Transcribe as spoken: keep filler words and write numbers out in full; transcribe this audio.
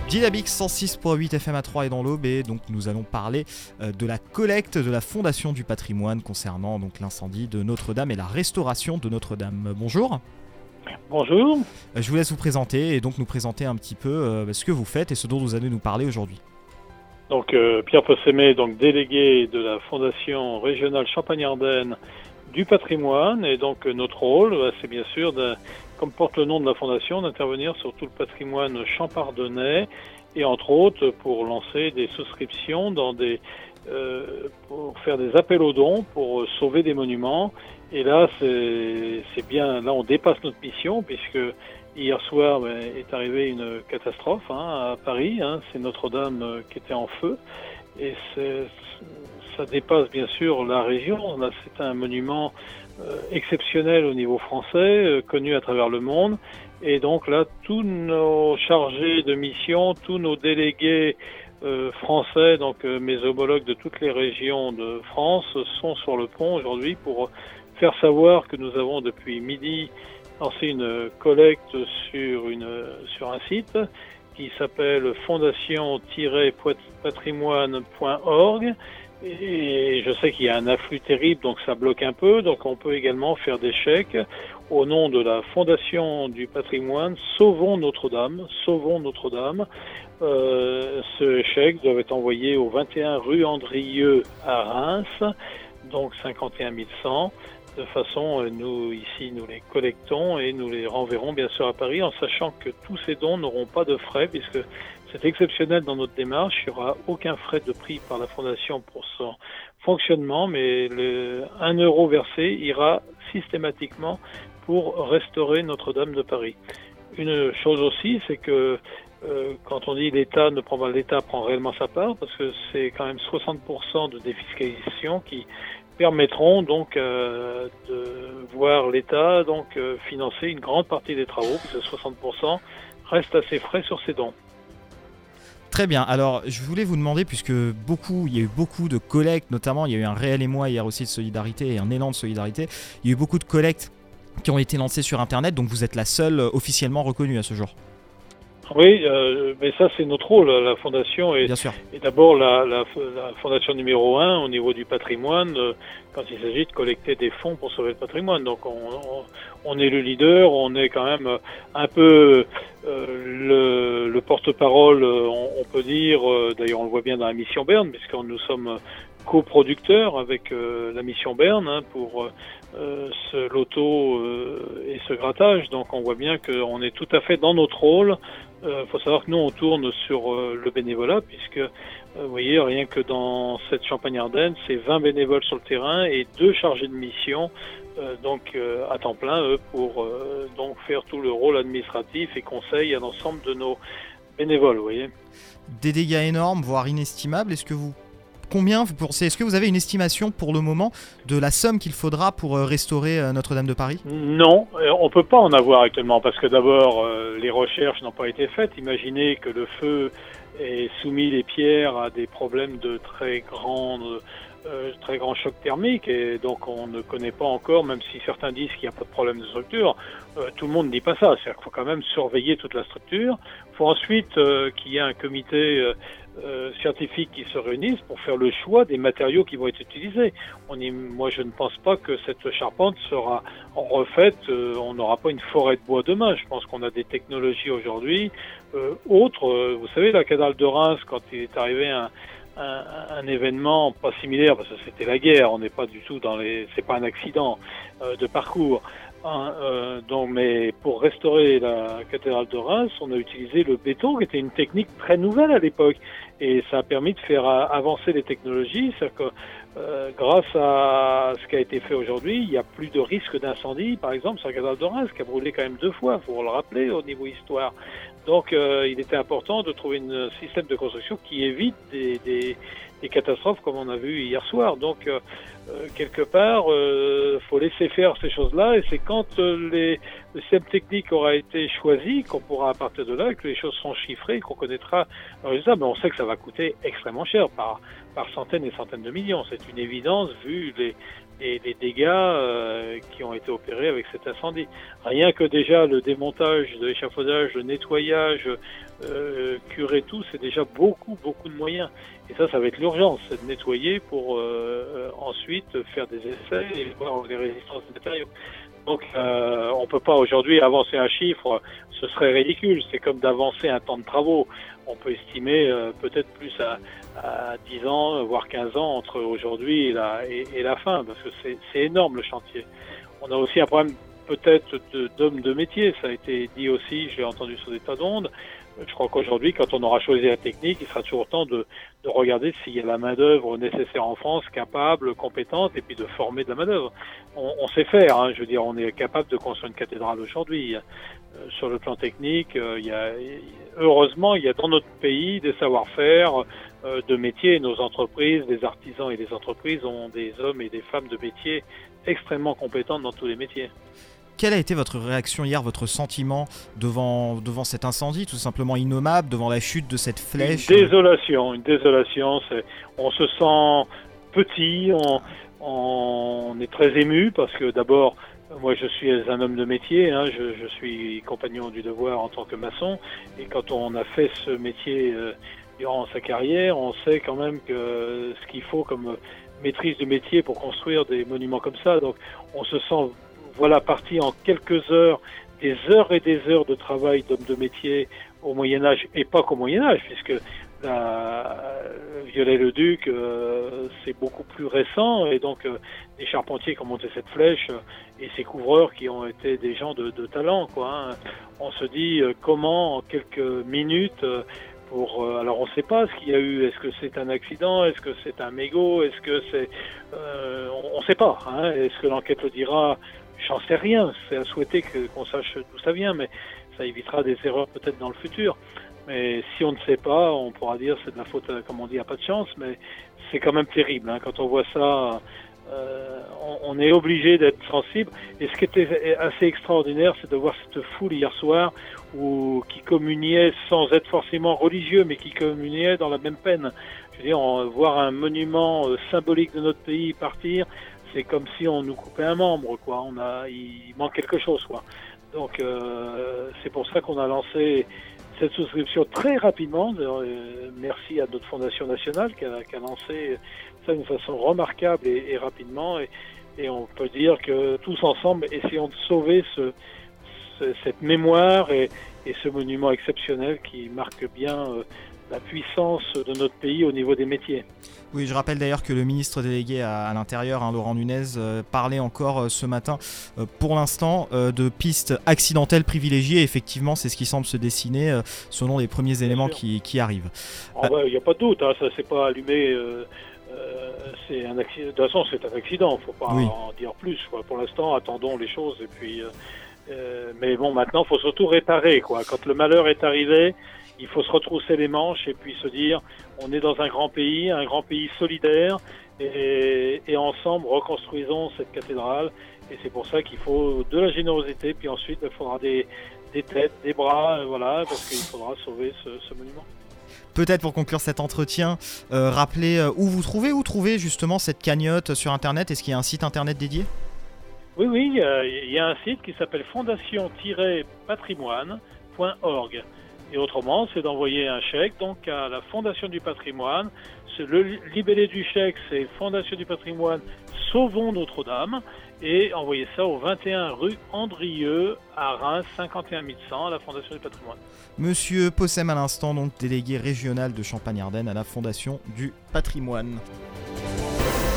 Dynamique cent six virgule huit F M à Troyes et dans l'Aube, et donc nous allons parler euh, de la collecte de la Fondation du patrimoine concernant donc l'incendie de Notre-Dame et la restauration de Notre-Dame. Bonjour. Bonjour. Euh, je vous laisse vous présenter et donc nous présenter un petit peu euh, ce que vous faites et ce dont vous allez nous parler aujourd'hui. Donc euh, Pierre Possémé, donc délégué de la Fondation régionale Champagne-Ardenne du patrimoine, et donc euh, notre rôle, bah, c'est bien sûr, de, comme porte le nom de la Fondation, d'intervenir sur tout le patrimoine champardonnais et entre autres pour lancer des souscriptions dans des, euh, pour faire des appels aux dons pour sauver des monuments. Et là, c'est, c'est bien, là on dépasse notre mission puisque hier soir ben, est arrivée une catastrophe hein, à Paris. Hein, c'est Notre-Dame euh, qui était en feu et c'est, ça dépasse bien sûr la région. Là, c'est un monument euh, exceptionnel au niveau français, euh, connu à travers le monde. Et donc là, tous nos chargés de mission, tous nos délégués euh, français, donc euh, mes homologues de toutes les régions de France, sont sur le pont aujourd'hui pour faire savoir que nous avons depuis midi lancé une collecte sur une sur un site qui s'appelle fondation tiret patrimoine point org. Et je sais qu'il y a un afflux terrible, donc ça bloque un peu. Donc on peut également faire des chèques au nom de la Fondation du patrimoine Sauvons Notre-Dame, Sauvons Notre-Dame. Euh, ce chèque doit être envoyé au vingt et un rue Andrieux à Reims, donc cinquante et un mille cent. De façon, nous, ici, nous les collectons et nous les renverrons bien sûr à Paris en sachant que tous ces dons n'auront pas de frais puisque c'est exceptionnel dans notre démarche. Il n'y aura aucun frais de pris par la Fondation pour son fonctionnement, mais le un euro versé ira systématiquement pour restaurer Notre-Dame de Paris. Une chose aussi, c'est que euh, quand on dit l'État ne prend pas, l'État prend réellement sa part parce que c'est quand même soixante pour cent de défiscalisation qui permettront donc euh, de voir l'État donc euh, financer une grande partie des travaux, parce que soixante pour cent reste à ses frais sur ses dons. Très bien, alors je voulais vous demander, puisque beaucoup, il y a eu beaucoup de collectes, notamment il y a eu un réel émoi hier aussi de solidarité et un élan de solidarité, il y a eu beaucoup de collectes qui ont été lancées sur Internet, donc vous êtes la seule officiellement reconnue à ce jour. Oui, euh, mais ça c'est notre rôle. La fondation est, est d'abord la, la, la fondation numéro un au niveau du patrimoine euh, quand il s'agit de collecter des fonds pour sauver le patrimoine. Donc on, on, on est le leader, on est quand même un peu euh, le, le porte-parole, on, on peut dire. Euh, d'ailleurs on le voit bien dans la mission Berne, puisque nous sommes coproducteurs avec euh, la mission Berne hein, pour euh, ce loto euh, et ce grattage. Donc on voit bien qu'on est tout à fait dans notre rôle. Il euh, faut savoir que nous, on tourne sur euh, le bénévolat, puisque, euh, vous voyez, rien que dans cette Champagne-Ardenne, c'est vingt bénévoles sur le terrain et deux chargés de mission, euh, donc euh, à temps plein, eux, pour euh, donc faire tout le rôle administratif et conseil à l'ensemble de nos bénévoles, vous voyez. Des dégâts énormes, voire inestimables. Est-ce que vous Combien vous pensez, est-ce que vous avez une estimation pour le moment de la somme qu'il faudra pour restaurer Notre-Dame de Paris ? Non, on ne peut pas en avoir actuellement parce que d'abord, euh, les recherches n'ont pas été faites. Imaginez que le feu ait soumis les pierres à des problèmes de très grande, euh, très grand choc thermique et donc on ne connaît pas encore, même si certains disent qu'il n'y a pas de problème de structure, euh, tout le monde ne dit pas ça. C'est-à-dire qu'il faut quand même surveiller toute la structure. Il faut ensuite euh, qu'il y ait un comité euh, Euh, scientifiques qui se réunissent pour faire le choix des matériaux qui vont être utilisés. On y, moi, je ne pense pas que cette charpente sera refaite. Euh, on n'aura pas une forêt de bois demain. Je pense qu'on a des technologies aujourd'hui euh, autres. Euh, vous savez, la cathédrale de Reims, quand il est arrivé un, un, un événement pas similaire, parce que c'était la guerre. On n'est pas du tout dans les. C'est pas un accident euh, de parcours. Hein, euh, donc, mais pour restaurer la cathédrale de Reims, on a utilisé le béton, qui était une technique très nouvelle à l'époque, et ça a permis de faire avancer les technologies. C'est-à-dire que euh, grâce à ce qui a été fait aujourd'hui, il n'y a plus de risque d'incendie, par exemple, sur la cathédrale de Reims, qui a brûlé quand même deux fois, il faut le rappeler au niveau histoire. Donc, euh, il était important de trouver un système de construction qui évite des, des, des catastrophes comme on a vu hier soir. Donc, euh, euh, quelque part, il euh, faut laisser faire ces choses-là, et c'est quand euh, les, le système technique aura été choisi qu'on pourra à partir de là, que les choses seront chiffrées, qu'on connaîtra le résultat. Mais on sait que ça va coûter extrêmement cher, par, par centaines et centaines de millions. C'est une évidence vu les, et les dégâts euh, qui ont été opérés avec cet incendie. Rien que déjà le démontage de l'échafaudage, le nettoyage, euh, curer tout, c'est déjà beaucoup, beaucoup de moyens. Et ça, ça va être l'urgence, c'est de nettoyer pour euh, ensuite faire des essais et voir les résistances des matériaux. Donc, euh, on peut pas aujourd'hui avancer un chiffre, ce serait ridicule. C'est comme d'avancer un temps de travaux. On peut estimer euh, peut-être plus à, à dix ans, voire quinze ans entre aujourd'hui et la, et, et la fin, parce que c'est, c'est énorme le chantier. On a aussi un problème peut-être de, d'hommes de métier, ça a été dit aussi, je l'ai entendu sur des tas d'ondes. Je crois qu'aujourd'hui, quand on aura choisi la technique, il sera toujours temps de, de regarder s'il y a la main-d'œuvre nécessaire en France, capable, compétente, et puis de former de la main-d'œuvre. On, on sait faire, hein, je veux dire, on est capable de construire une cathédrale aujourd'hui. Euh, sur le plan technique, euh, il y a, heureusement, il y a dans notre pays des savoir-faire euh, de métier. Nos entreprises, les artisans et les entreprises ont des hommes et des femmes de métier extrêmement compétentes dans tous les métiers. Quelle a été votre réaction hier, votre sentiment devant, devant cet incendie, tout simplement innommable, devant la chute de cette flèche ? Une désolation, une désolation. C'est, on se sent petit, on, on est très ému parce que d'abord, moi je suis un homme de métier, hein, je, je suis compagnon du devoir en tant que maçon, et quand on a fait ce métier euh, durant sa carrière, on sait quand même que ce qu'il faut comme maîtrise du métier pour construire des monuments comme ça, donc on se sent voilà parti en quelques heures, des heures et des heures de travail d'homme de métier au Moyen-Âge, et pas qu'au Moyen-Âge, puisque la Viollet-le-Duc, euh, c'est beaucoup plus récent, et donc euh, des charpentiers qui ont monté cette flèche, euh, et ces couvreurs qui ont été des gens de, de talent, quoi. Hein. On se dit euh, comment en quelques minutes, euh, pour, euh, alors on ne sait pas ce qu'il y a eu, est-ce que c'est un accident, est-ce que c'est un mégot, est-ce que c'est, euh, on ne sait pas, hein. Est-ce que l'enquête le dira? J'en sais rien, c'est à souhaiter que, qu'on sache d'où ça vient, mais ça évitera des erreurs peut-être dans le futur. Mais si on ne sait pas, on pourra dire c'est de la faute, comme on dit, à pas de chance, mais c'est quand même terrible. Hein. Quand on voit ça, euh, on, on est obligé d'être sensible. Et ce qui était assez extraordinaire, c'est de voir cette foule hier soir où, qui communiait sans être forcément religieux, mais qui communiait dans la même peine. Je veux dire, on, voir un monument euh, symbolique de notre pays partir, c'est comme si on nous coupait un membre, quoi. On a, il manque quelque chose, quoi. Donc, euh, c'est pour ça qu'on a lancé cette souscription très rapidement. Euh, merci à notre Fondation nationale qui a, qui a lancé ça d'une façon remarquable et, et rapidement. Et, et on peut dire que tous ensemble, essayons de sauver ce, ce, cette mémoire et, et ce monument exceptionnel qui marque bien euh, la puissance de notre pays au niveau des métiers. Oui, je rappelle d'ailleurs que le ministre délégué à, à l'Intérieur, hein, Laurent Nunez, euh, parlait encore euh, ce matin, euh, pour l'instant, euh, de pistes accidentelles privilégiées. Effectivement, c'est ce qui semble se dessiner euh, selon les premiers Bien éléments qui, qui arrivent. Il oh, n'y euh, a pas de doute, hein, ça s'est pas allumé. Euh, euh, c'est un accident. De toute façon, c'est un accident. Il ne faut pas oui. en dire plus. Quoi. Pour l'instant, attendons les choses. Et puis, euh, euh, mais bon, maintenant, il faut surtout réparer. Quoi. Quand le malheur est arrivé, il faut se retrousser les manches et puis se dire on est dans un grand pays, un grand pays solidaire et, et ensemble reconstruisons cette cathédrale. Et c'est pour ça qu'il faut de la générosité, puis ensuite il faudra des, des têtes, des bras, voilà, parce qu'il faudra sauver ce, ce monument. Peut-être pour conclure cet entretien, euh, rappelez euh, où vous trouvez, où trouvez justement cette cagnotte sur Internet. Est-ce qu'il y a un site Internet dédié ? Oui, oui, il y a, il y a un site qui s'appelle fondation tiret patrimoine point org. Et autrement, c'est d'envoyer un chèque donc à la Fondation du Patrimoine. C'est le libellé du chèque, c'est Fondation du Patrimoine, Sauvons Notre-Dame. Et envoyer ça au vingt et un rue Andrieux à Reims, cinquante et un mille cent, à la Fondation du Patrimoine. Monsieur Possem à l'instant, donc délégué régional de Champagne-Ardenne à la Fondation du Patrimoine.